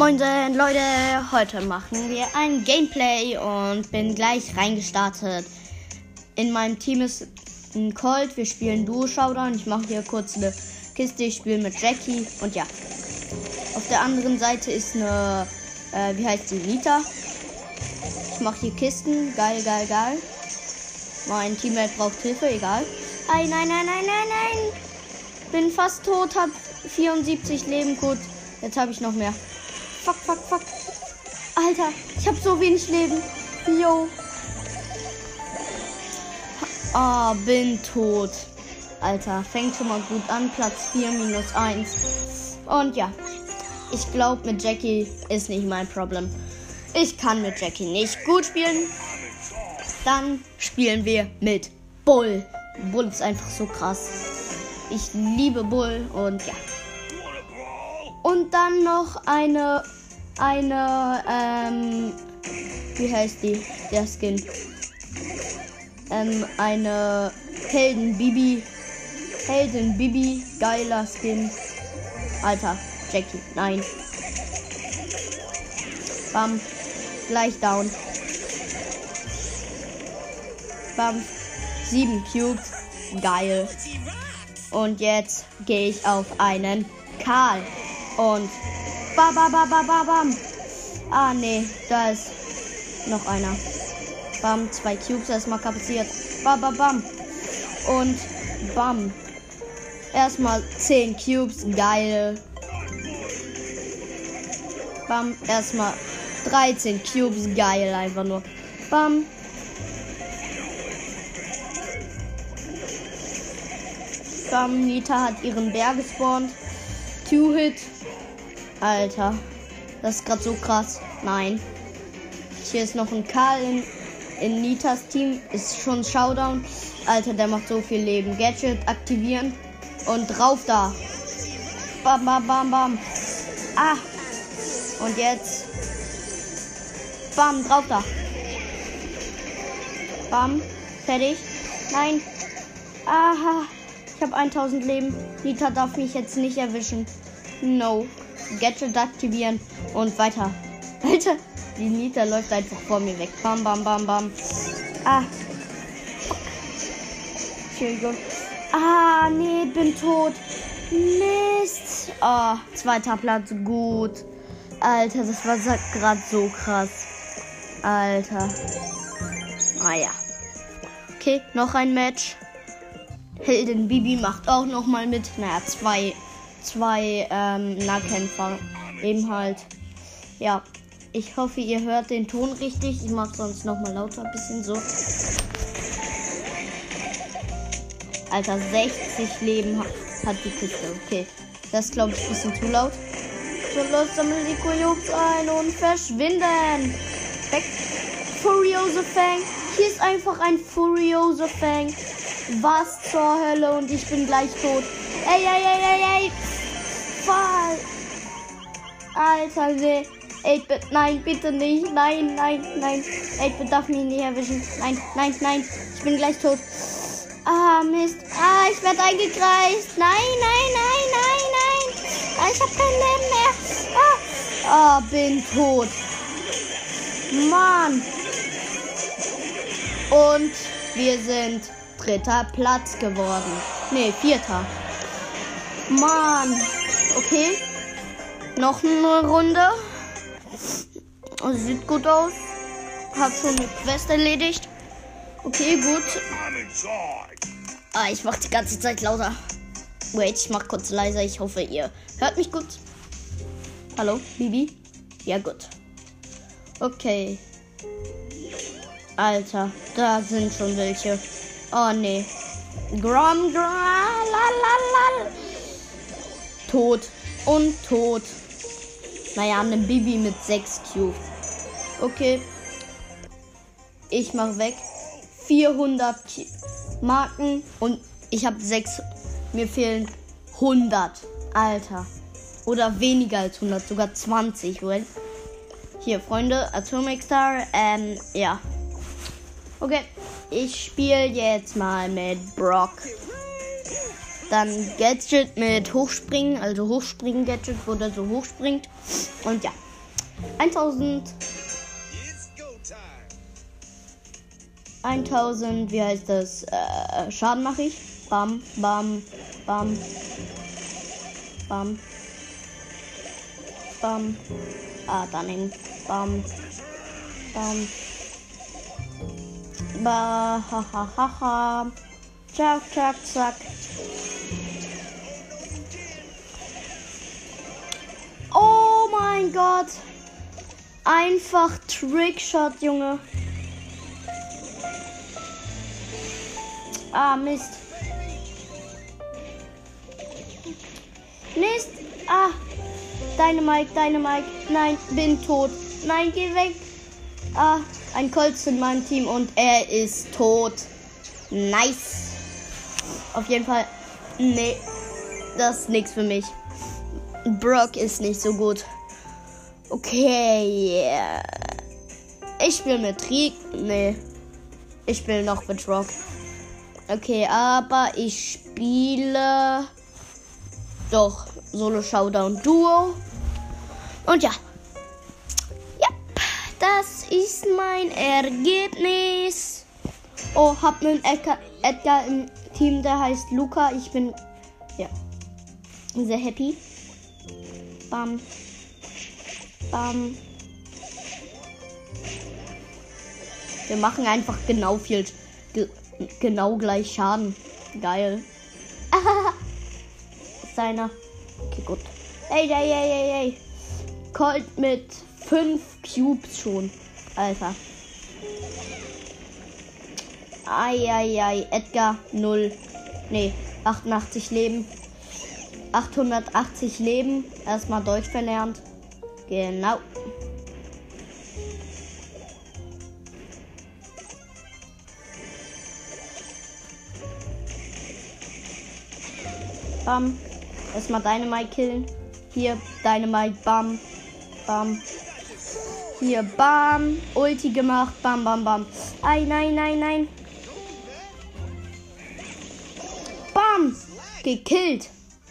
Moinsen Leute, heute machen wir ein Gameplay und bin gleich reingestartet. In meinem Team ist ein Colt, wir spielen Duo Showdown. Ich mache hier kurz eine Kiste, ich spiele mit Jackie und ja. Auf der anderen Seite ist eine, wie heißt die, Nita. Ich mache hier Kisten, geil. Mein Teammate braucht Hilfe, egal. Nein. Bin fast tot, hab 74 Leben, gut. Jetzt habe ich noch mehr. Fuck. Alter, ich habe so wenig Leben. Yo. Bin tot. Alter, fängt schon mal gut an. Platz 4, -1. Und ja, ich glaube, mit Jackie ist nicht mein Problem. Ich kann mit Jackie nicht gut spielen. Dann spielen wir mit Bull. Bull ist einfach so krass. Ich liebe Bull und ja. Und dann noch eine, wie heißt die? Der Skin. Eine Helden-Bibi, geiler Skin. Alter, Jackie, nein. Bam, gleich down. Bam, 7 Cubes, geil. Und jetzt gehe ich auf einen Karl. Und bam. Ah, nee, da ist noch einer. Bam, 2 Cubes erstmal kapaziert. Bam. Und bam. Erstmal 10 Cubes, geil. Bam, erstmal 13 Cubes, geil, einfach nur. Bam. Bam, Nita hat ihren Bär gespawnt. 2-Hit. Alter, das ist gerade so krass. Nein. Hier ist noch ein Karl in Nitas Team. Ist schon Showdown. Alter, der macht so viel Leben. Gadget aktivieren. Und drauf da. Bam. Ah. Und jetzt. Bam, drauf da. Bam. Fertig. Nein. Aha. Ich habe 1000 Leben. Nita darf mich jetzt nicht erwischen. No. Gadget aktivieren und weiter. Alter, die Nita läuft einfach vor mir weg. Bam. Ah. Entschuldigung. Ah, nee, bin tot. Mist. Ah, 2. Platz. Gut. Alter, das war gerade so krass. Alter. Ah ja. Okay, noch ein Match. Heldin Bibi macht auch noch mal mit. Naja, zwei Nahkämpfer. Eben halt. Ja. Ich hoffe, ihr hört den Ton richtig. Ich mache sonst noch mal lauter. Ein bisschen so. Alter, 60 Leben hat die Kiste. Okay. Das ist, glaube ich, ein bisschen zu laut. So, los, sammeln die Cubes ein und verschwinden. Weg. Furiose Fang. Hier ist einfach ein Furiose Fang. Was zur Hölle? Und ich bin gleich tot. Ey. Fall. Alter, nee. 8-Bit, nein, bitte nicht. Nein. 8-Bit darf mich nicht erwischen. Nein. Ich bin gleich tot. Ah, Mist. Ah, ich werde eingekreist. Nein. Ah, ich habe kein Leben mehr. Ah, bin tot. Mann. Und wir sind 3. Platz geworden. Ne, 4. Mann. Okay. Noch eine Runde. Sieht gut aus. Hab schon eine Quest erledigt. Okay, gut. Ah, ich mach die ganze Zeit lauter. Wait, ich mach kurz leiser. Ich hoffe, ihr hört mich gut. Hallo, Bibi? Ja, gut. Okay. Alter, da sind schon welche. Oh, nee. Grom. Tot. Und tot. Naja, eine Bibi mit 6 Cubes. Okay. Ich mach weg. 400 Marken. Und ich habe 6. Mir fehlen 100. Alter. Oder weniger als 100. Sogar 20. Well. Hier, Freunde. Atomic Star. Ja. Okay. Ich spiele jetzt mal mit Brock. Dann Gadget mit Hochspringen, also Hochspringen-Gadget, wo der so hochspringt. Und ja, 1000. 1000, wie heißt das? Schaden mache ich. Bam, bam, bam. Bam. Bam. Daneben. Bam. Bam. Ba, ha, ha, ha, ha. Zack, zack, zack. Oh mein Gott. Einfach Trickshot, Junge. Mist. Mist. Dynamite. Nein, bin tot. Nein, geh weg. Ein Colts in meinem Team und er ist tot. Nice. Auf jeden Fall. Nee, das ist nichts für mich. Brock ist nicht so gut. Okay. Yeah. Ich spiele mit Rick. Nee. Ich spiele noch mit Brock. Okay, aber ich spiele doch Solo Showdown Duo. Und ja. Ja, das ist mein Ergebnis. Oh, hab einen Edgar im Team, der heißt Luca. Ich bin ja sehr happy. Bam. Bam. Wir machen einfach genau gleich Schaden. Geil. Ist einer. Okay, gut. Ey. Colt mit 5 Cubes schon. Alter. Ei. Edgar 0. Nee, 88 Leben. 880 Leben. Erstmal Deutsch verlernt. Genau. Bam. Erstmal Dynamite killen. Hier, Dynamite, bam. Bam. Hier, bam. Ulti gemacht, bam, bam, bam. Ei, nein. Bam. Gekillt.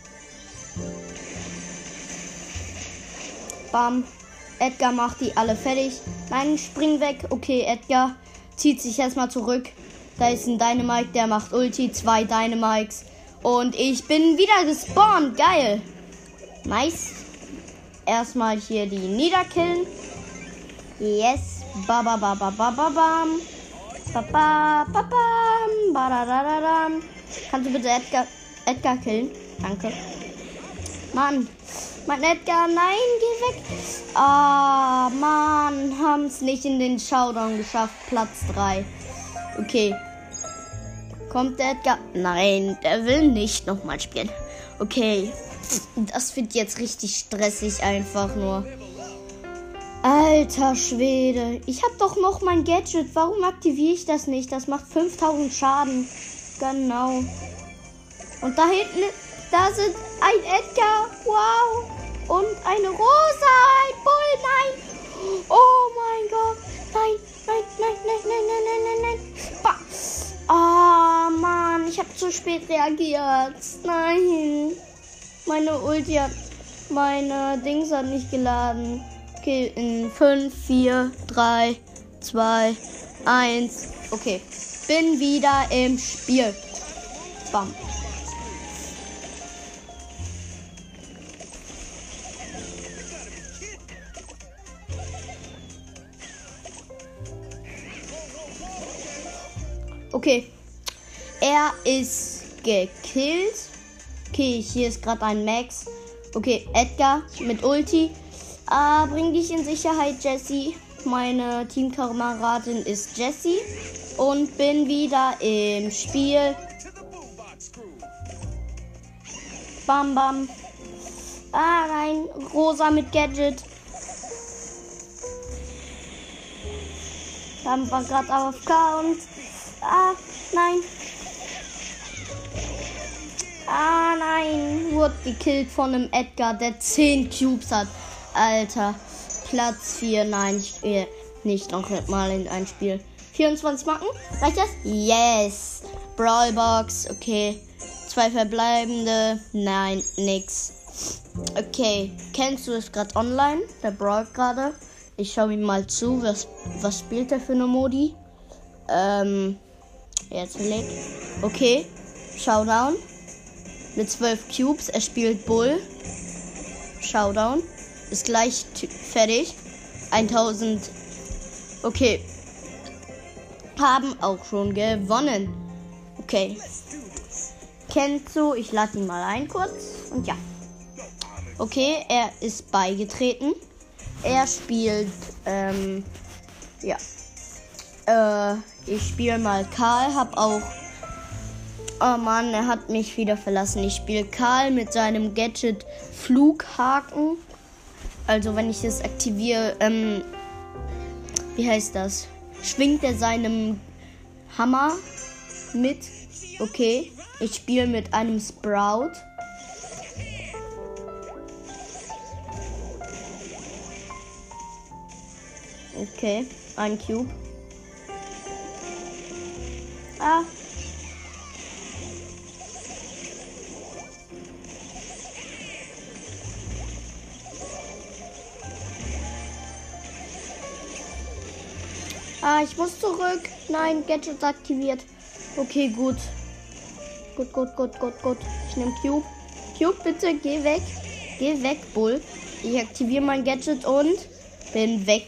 Bam. Edgar macht die alle fertig. Nein, spring weg. Okay, Edgar zieht sich erstmal zurück. Da ist ein Dynamite, der macht Ulti. 2 Dynamites. Und ich bin wieder gespawnt. Geil. Nice. Erstmal hier die niederkillen. Yes. Bam. Kannst du bitte Edgar killen? Danke. Mann. Mein Edgar, nein, geh weg. Mann, haben es nicht in den Showdown geschafft. Platz 3. Okay. Kommt der Edgar? Nein, der will nicht nochmal spielen. Okay. Das wird jetzt richtig stressig einfach nur. Alter Schwede. Ich habe doch noch mein Gadget. Warum aktiviere ich das nicht? Das macht 5000 Schaden. Genau. Und da hinten, da sind ein Edgar. Wow. Und eine Rosa. Ein Bull. Nein. Oh mein Gott. Nein. Mann. Ich habe zu spät reagiert. Nein. Meine Ulti hat, meine Dings hat nicht geladen. Okay, in 5, 4, 3, 2, 1. Okay, bin wieder im Spiel. Bam. Okay, er ist gekillt. Okay, hier ist gerade ein Max. Okay, Edgar mit Ulti. Bring dich in Sicherheit, Jessie. Meine Teamkameradin ist Jessie. Und bin wieder im Spiel. Bam, bam. Nein. Rosa mit Gadget. Dann war gerade AFK und... nein. Nein. Wurde gekillt von einem Edgar, der 10 Cubes hat. Alter. Platz 4. Nein, ich gehe nicht noch mal in ein Spiel. 24 Marken. Reicht das? Yes. Brawlbox. Okay. 2 verbleibende. Nein, nix. Okay, kennst du es gerade online? Der brawlt gerade. Ich schaue ihm mal zu. Was spielt er für eine Modi? Jetzt lädt. Okay, Showdown. Mit 12 Cubes. Er spielt Bull. Showdown. Ist gleich fertig. 1000. Okay. Haben auch schon gewonnen. Okay. Kennst du? Ich lade ihn mal ein kurz. Und ja. Okay, er ist beigetreten. Er spielt, ja. Ich spiele mal Karl, hab auch... Oh Mann, er hat mich wieder verlassen. Ich spiele Karl mit seinem Gadget Flughaken. Also wenn ich das aktiviere, wie heißt das? Schwingt er seinem Hammer mit. Okay, ich spiele mit einem Sprout. Okay, ein Cube. Ah. Ich muss zurück. Nein, Gadget aktiviert. Okay, gut. Gut. Ich nehme Cube. Cube, bitte, geh weg. Geh weg, Bull. Ich aktiviere mein Gadget und bin weg.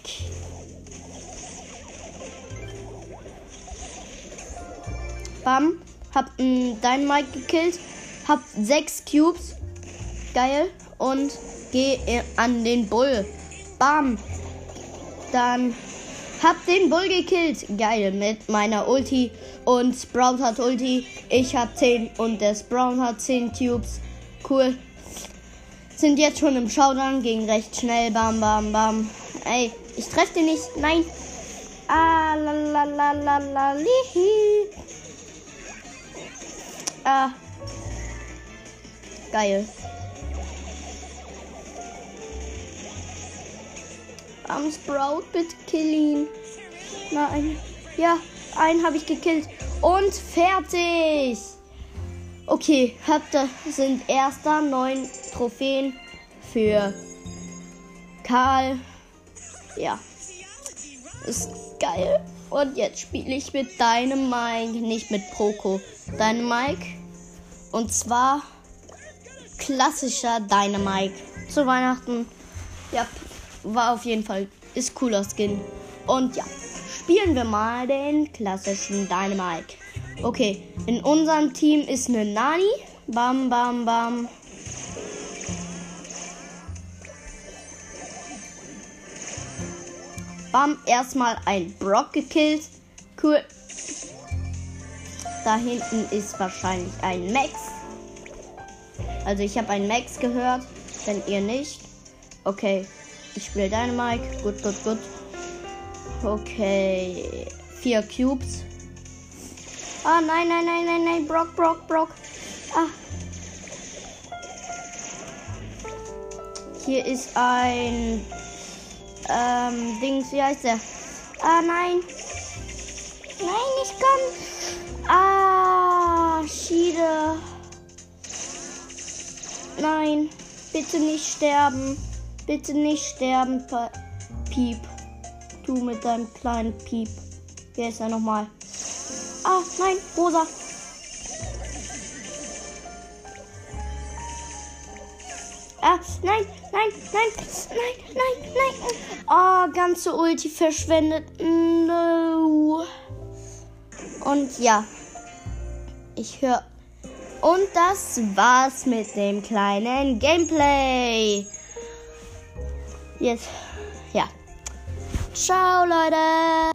Bam. Hab Dynamite gekillt. Hab 6 Cubes. Geil. Und geh an den Bull. Bam. Dann hab den Bull gekillt. Geil. Mit meiner Ulti. Und Sprout hat Ulti. Ich hab 10. Und der Sprout hat 10 Cubes. Cool. Sind jetzt schon im Showdown. Ging recht schnell. Bam, bam, bam. Ey, ich treffe den nicht. Nein. Ah, la, lihi. Ah. Geil. Am Sprout, bitte kill ihn. Nein. Ja, einen habe ich gekillt. Und fertig. Okay, sind erster 9 Trophäen für Karl. Ja. Ist geil. Und jetzt spiele ich mit Dynamite, nicht mit Poco. Dynamite. Und zwar klassischer Dynamite. Zu Weihnachten. Ja, war auf jeden Fall. Ist cooler Skin. Und ja, spielen wir mal den klassischen Dynamite. Okay, in unserem Team ist eine Nani. Bam, bam, bam. Bam, erstmal ein Brock gekillt. Cool. Da hinten ist wahrscheinlich ein Max. Also ich habe einen Max gehört, wenn ihr nicht. Okay, ich spiele Dynamite. Gut. Okay, 4 Cubes. Ah, nein. Brock. Ah. Hier ist ein Dings, wie heißt der? Ah, nein. Nein, ich kann. Ah, Schiede. Nein, bitte nicht sterben. Bitte nicht sterben, Piep. Du mit deinem kleinen Piep. Wer ist er nochmal? Ah, nein, Rosa. Ah, nein. Ah, ganze Ulti verschwendet. No. Und ja. Ich höre. Und das war's mit dem kleinen Gameplay. Jetzt. Ja. Ciao, Leute.